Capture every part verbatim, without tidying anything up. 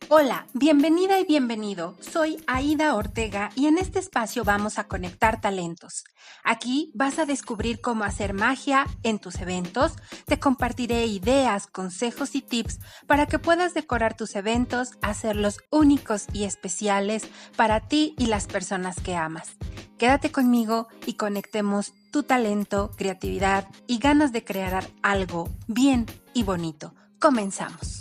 Hola, bienvenida y bienvenido. Soy Aida Ortega y en este espacio vamos a conectar talentos. Aquí vas a descubrir cómo hacer magia en tus eventos. Te compartiré ideas, consejos y tips para que puedas decorar tus eventos, hacerlos únicos y especiales para ti y las personas que amas. Quédate conmigo y conectemos tu talento, creatividad y ganas de crear algo bien y bonito. Comenzamos.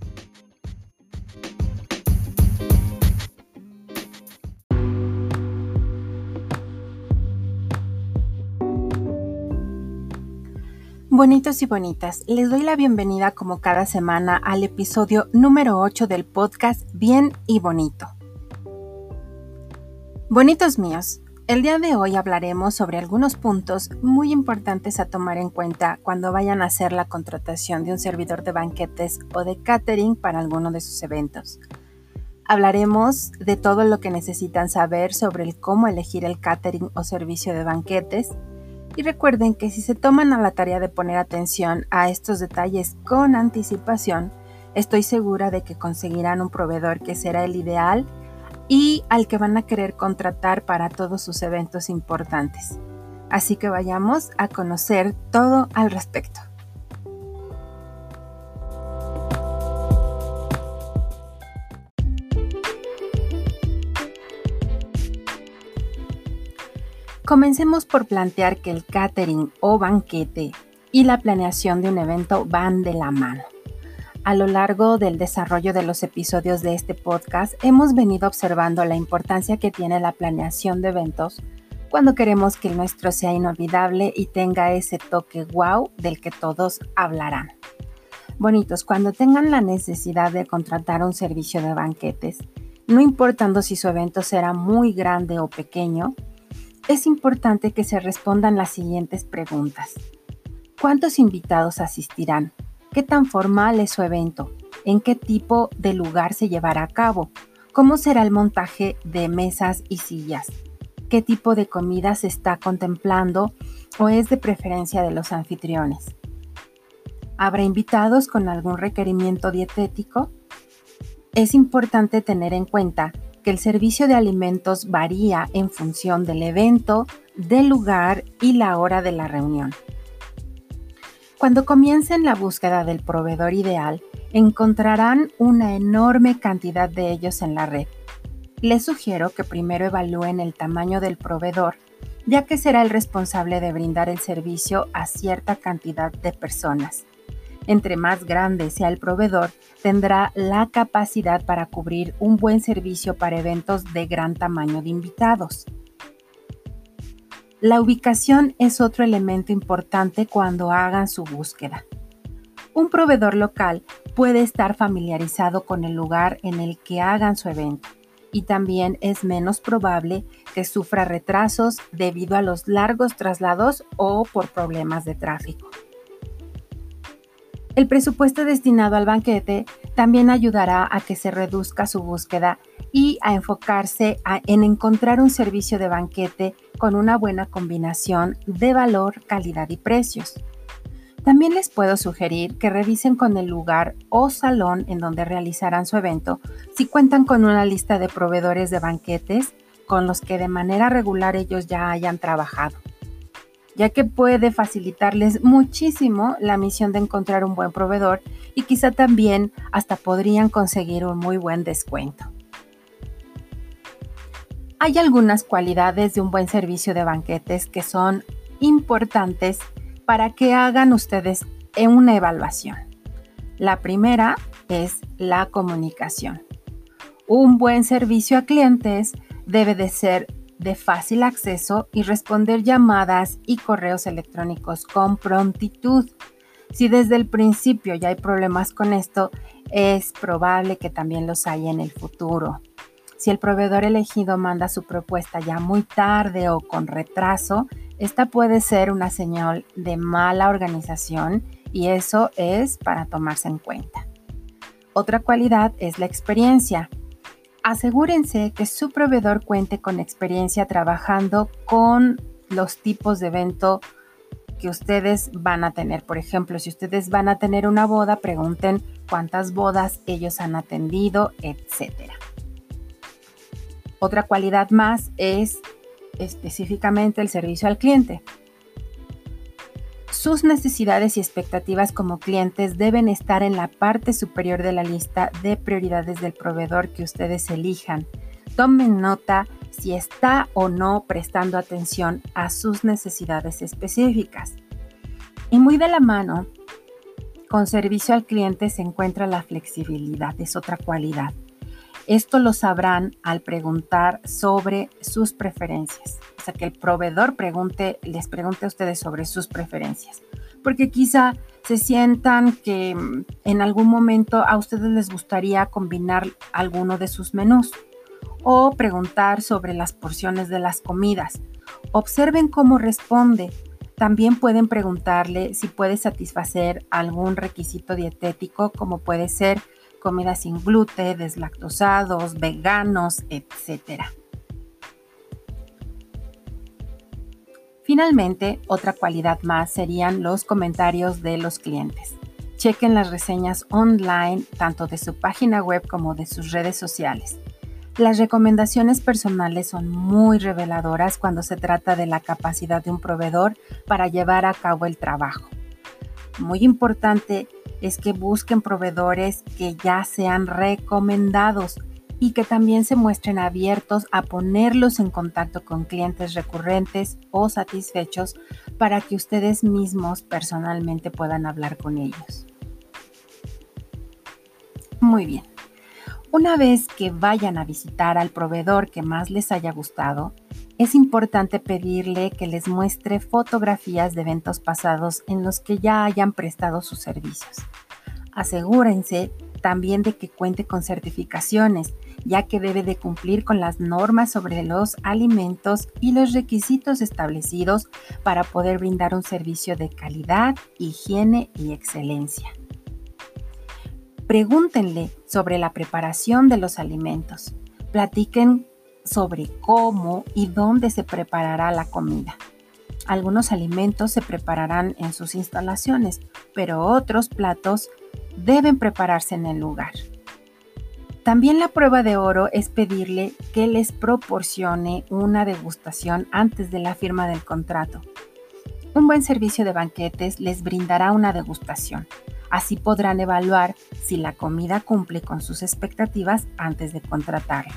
Bonitos y bonitas, les doy la bienvenida como cada semana al episodio número ocho del podcast Bien y Bonito. Bonitos míos, el día de hoy hablaremos sobre algunos puntos muy importantes a tomar en cuenta cuando vayan a hacer la contratación de un servidor de banquetes o de catering para alguno de sus eventos. Hablaremos de todo lo que necesitan saber sobre el cómo elegir el catering o servicio de banquetes. Y recuerden que si se toman a la tarea de poner atención a estos detalles con anticipación, estoy segura de que conseguirán un proveedor que será el ideal y al que van a querer contratar para todos sus eventos importantes. Así que vayamos a conocer todo al respecto. Comencemos por plantear que el catering o banquete y la planeación de un evento van de la mano. A lo largo del desarrollo de los episodios de este podcast, hemos venido observando la importancia que tiene la planeación de eventos cuando queremos que el nuestro sea inolvidable y tenga ese toque wow del que todos hablarán. Bonitos, cuando tengan la necesidad de contratar un servicio de banquetes, no importando si su evento será muy grande o pequeño, es importante que se respondan las siguientes preguntas. ¿Cuántos invitados asistirán? ¿Qué tan formal es su evento? ¿En qué tipo de lugar se llevará a cabo? ¿Cómo será el montaje de mesas y sillas? ¿Qué tipo de comida se está contemplando o es de preferencia de los anfitriones? ¿Habrá invitados con algún requerimiento dietético? Es importante tener en cuenta que el servicio de alimentos varía en función del evento, del lugar y la hora de la reunión. Cuando comiencen la búsqueda del proveedor ideal, encontrarán una enorme cantidad de ellos en la red. Les sugiero que primero evalúen el tamaño del proveedor, ya que será el responsable de brindar el servicio a cierta cantidad de personas. Entre más grande sea el proveedor, tendrá la capacidad para cubrir un buen servicio para eventos de gran tamaño de invitados. La ubicación es otro elemento importante cuando hagan su búsqueda. Un proveedor local puede estar familiarizado con el lugar en el que hagan su evento y también es menos probable que sufra retrasos debido a los largos traslados o por problemas de tráfico. El presupuesto destinado al banquete también ayudará a que se reduzca su búsqueda y a enfocarse a, en encontrar un servicio de banquete con una buena combinación de valor, calidad y precios. También les puedo sugerir que revisen con el lugar o salón en donde realizarán su evento si cuentan con una lista de proveedores de banquetes con los que de manera regular ellos ya hayan trabajado, ya que puede facilitarles muchísimo la misión de encontrar un buen proveedor y quizá también hasta podrían conseguir un muy buen descuento. Hay algunas cualidades de un buen servicio de banquetes que son importantes para que hagan ustedes una evaluación. La primera es la comunicación. Un buen servicio a clientes debe de ser de fácil acceso y responder llamadas y correos electrónicos con prontitud. Si desde el principio ya hay problemas con esto, es probable que también los haya en el futuro. Si el proveedor elegido manda su propuesta ya muy tarde o con retraso, esta puede ser una señal de mala organización y eso es para tomarse en cuenta. Otra cualidad es la experiencia. Asegúrense que su proveedor cuente con experiencia trabajando con los tipos de evento que ustedes van a tener. Por ejemplo, si ustedes van a tener una boda, pregunten cuántas bodas ellos han atendido, etcétera. Otra cualidad más es específicamente el servicio al cliente. Sus necesidades y expectativas como clientes deben estar en la parte superior de la lista de prioridades del proveedor que ustedes elijan. Tomen nota si está o no prestando atención a sus necesidades específicas. Y muy de la mano, con servicio al cliente se encuentra la flexibilidad, es otra cualidad. Esto lo sabrán al preguntar sobre sus preferencias. O sea, que el proveedor pregunte, les pregunte a ustedes sobre sus preferencias. Porque quizá se sientan que en algún momento a ustedes les gustaría combinar alguno de sus menús. O preguntar sobre las porciones de las comidas. Observen cómo responde. También pueden preguntarle si puede satisfacer algún requisito dietético, como puede ser comida sin gluten, deslactosados, veganos, etcétera. Finalmente, otra cualidad más serían los comentarios de los clientes. Chequen las reseñas online, tanto de su página web como de sus redes sociales. Las recomendaciones personales son muy reveladoras cuando se trata de la capacidad de un proveedor para llevar a cabo el trabajo. Muy importante es que busquen proveedores que ya sean recomendados y que también se muestren abiertos a ponerlos en contacto con clientes recurrentes o satisfechos para que ustedes mismos personalmente puedan hablar con ellos. Muy bien. Una vez que vayan a visitar al proveedor que más les haya gustado, es importante pedirle que les muestre fotografías de eventos pasados en los que ya hayan prestado sus servicios. Asegúrense también de que cuente con certificaciones, ya que debe de cumplir con las normas sobre los alimentos y los requisitos establecidos para poder brindar un servicio de calidad, higiene y excelencia. Pregúntenle sobre la preparación de los alimentos. Platiquen sobre cómo y dónde se preparará la comida. Algunos alimentos se prepararán en sus instalaciones, pero otros platos deben prepararse en el lugar. También la prueba de oro es pedirle que les proporcione una degustación antes de la firma del contrato. Un buen servicio de banquetes les brindará una degustación. Así podrán evaluar si la comida cumple con sus expectativas antes de contratarla.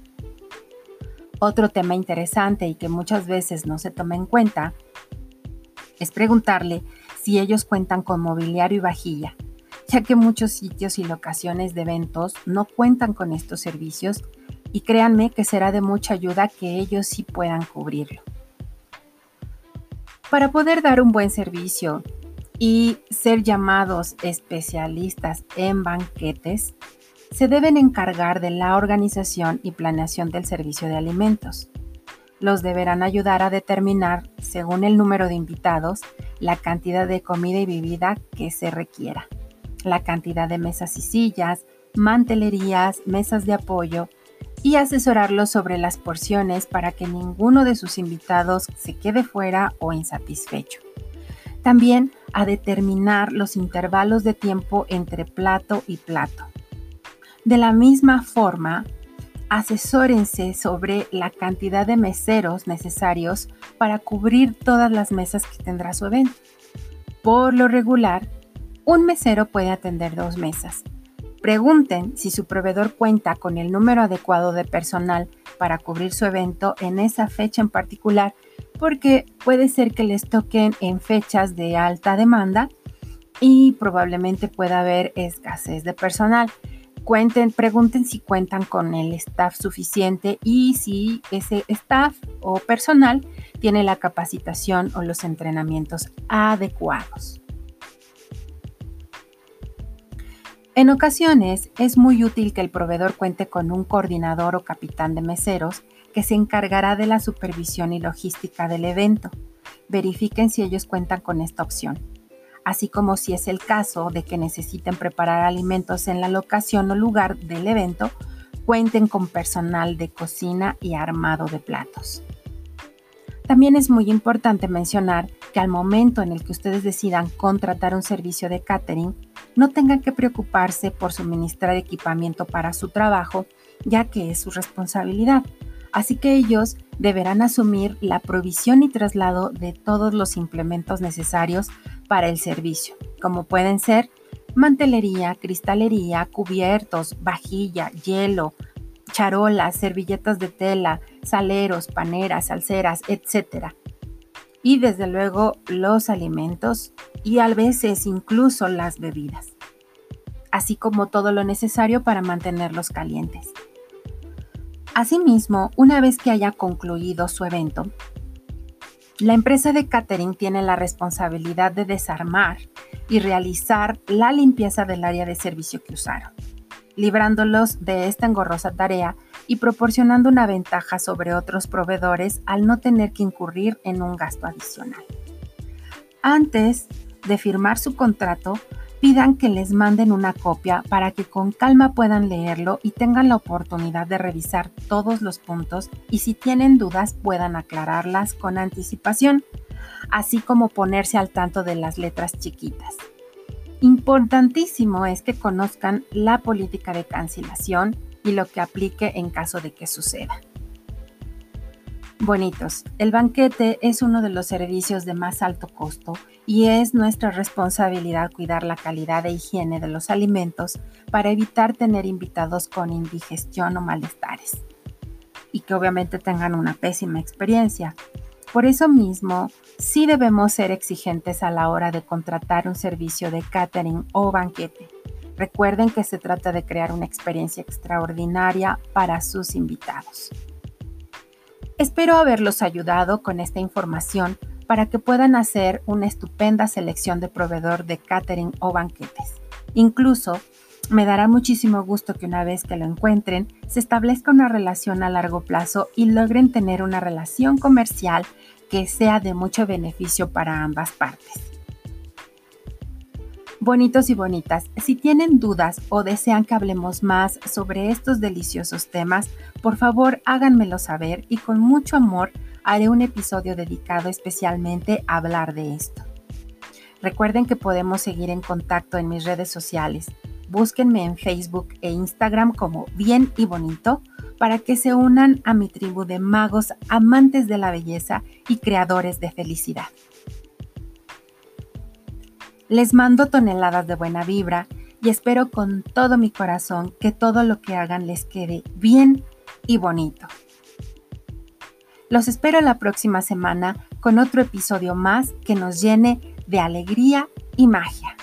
Otro tema interesante y que muchas veces no se toma en cuenta es preguntarle si ellos cuentan con mobiliario y vajilla, ya que muchos sitios y locaciones de eventos no cuentan con estos servicios y créanme que será de mucha ayuda que ellos sí puedan cubrirlo. Para poder dar un buen servicio y ser llamados especialistas en banquetes, se deben encargar de la organización y planeación del servicio de alimentos. Los deberán ayudar a determinar, según el número de invitados, la cantidad de comida y bebida que se requiera, la cantidad de mesas y sillas, mantelerías, mesas de apoyo y asesorarlos sobre las porciones para que ninguno de sus invitados se quede fuera o insatisfecho. También a determinar los intervalos de tiempo entre plato y plato. De la misma forma, asesórense sobre la cantidad de meseros necesarios para cubrir todas las mesas que tendrá su evento. Por lo regular, un mesero puede atender dos mesas. Pregunten si su proveedor cuenta con el número adecuado de personal para cubrir su evento en esa fecha en particular, porque puede ser que les toquen en fechas de alta demanda y probablemente pueda haber escasez de personal. Cuenten, pregunten si cuentan con el staff suficiente y si ese staff o personal tiene la capacitación o los entrenamientos adecuados. En ocasiones es muy útil que el proveedor cuente con un coordinador o capitán de meseros que se encargará de la supervisión y logística del evento. Verifiquen si ellos cuentan con esta opción, así como si es el caso de que necesiten preparar alimentos en la locación o lugar del evento, cuenten con personal de cocina y armado de platos. También es muy importante mencionar que al momento en el que ustedes decidan contratar un servicio de catering, no tengan que preocuparse por suministrar equipamiento para su trabajo, ya que es su responsabilidad. Así que ellos deberán asumir la provisión y traslado de todos los implementos necesarios para el servicio, como pueden ser mantelería, cristalería, cubiertos, vajilla, hielo, charolas, servilletas de tela, saleros, paneras, salseras, etcétera. Y desde luego los alimentos y a veces incluso las bebidas, así como todo lo necesario para mantenerlos calientes. Asimismo, una vez que haya concluido su evento, la empresa de catering tiene la responsabilidad de desarmar y realizar la limpieza del área de servicio que usaron, librándolos de esta engorrosa tarea y proporcionando una ventaja sobre otros proveedores al no tener que incurrir en un gasto adicional. Antes de firmar su contrato, pidan que les manden una copia para que con calma puedan leerlo y tengan la oportunidad de revisar todos los puntos y si tienen dudas puedan aclararlas con anticipación, así como ponerse al tanto de las letras chiquitas. Importantísimo es que conozcan la política de cancelación y lo que aplique en caso de que suceda. Bonitos, el banquete es uno de los servicios de más alto costo y es nuestra responsabilidad cuidar la calidad e higiene de los alimentos para evitar tener invitados con indigestión o malestares y que obviamente tengan una pésima experiencia. Por eso mismo, sí debemos ser exigentes a la hora de contratar un servicio de catering o banquete. Recuerden que se trata de crear una experiencia extraordinaria para sus invitados. Espero haberlos ayudado con esta información para que puedan hacer una estupenda selección de proveedor de catering o banquetes. Incluso, me dará muchísimo gusto que una vez que lo encuentren, se establezca una relación a largo plazo y logren tener una relación comercial que sea de mucho beneficio para ambas partes. Bonitos y bonitas, si tienen dudas o desean que hablemos más sobre estos deliciosos temas, por favor háganmelo saber y con mucho amor haré un episodio dedicado especialmente a hablar de esto. Recuerden que podemos seguir en contacto en mis redes sociales. Búsquenme en Facebook e Instagram como Bien y Bonito para que se unan a mi tribu de magos amantes de la belleza y creadores de felicidad. Les mando toneladas de buena vibra y espero con todo mi corazón que todo lo que hagan les quede bien y bonito. Los espero la próxima semana con otro episodio más que nos llene de alegría y magia.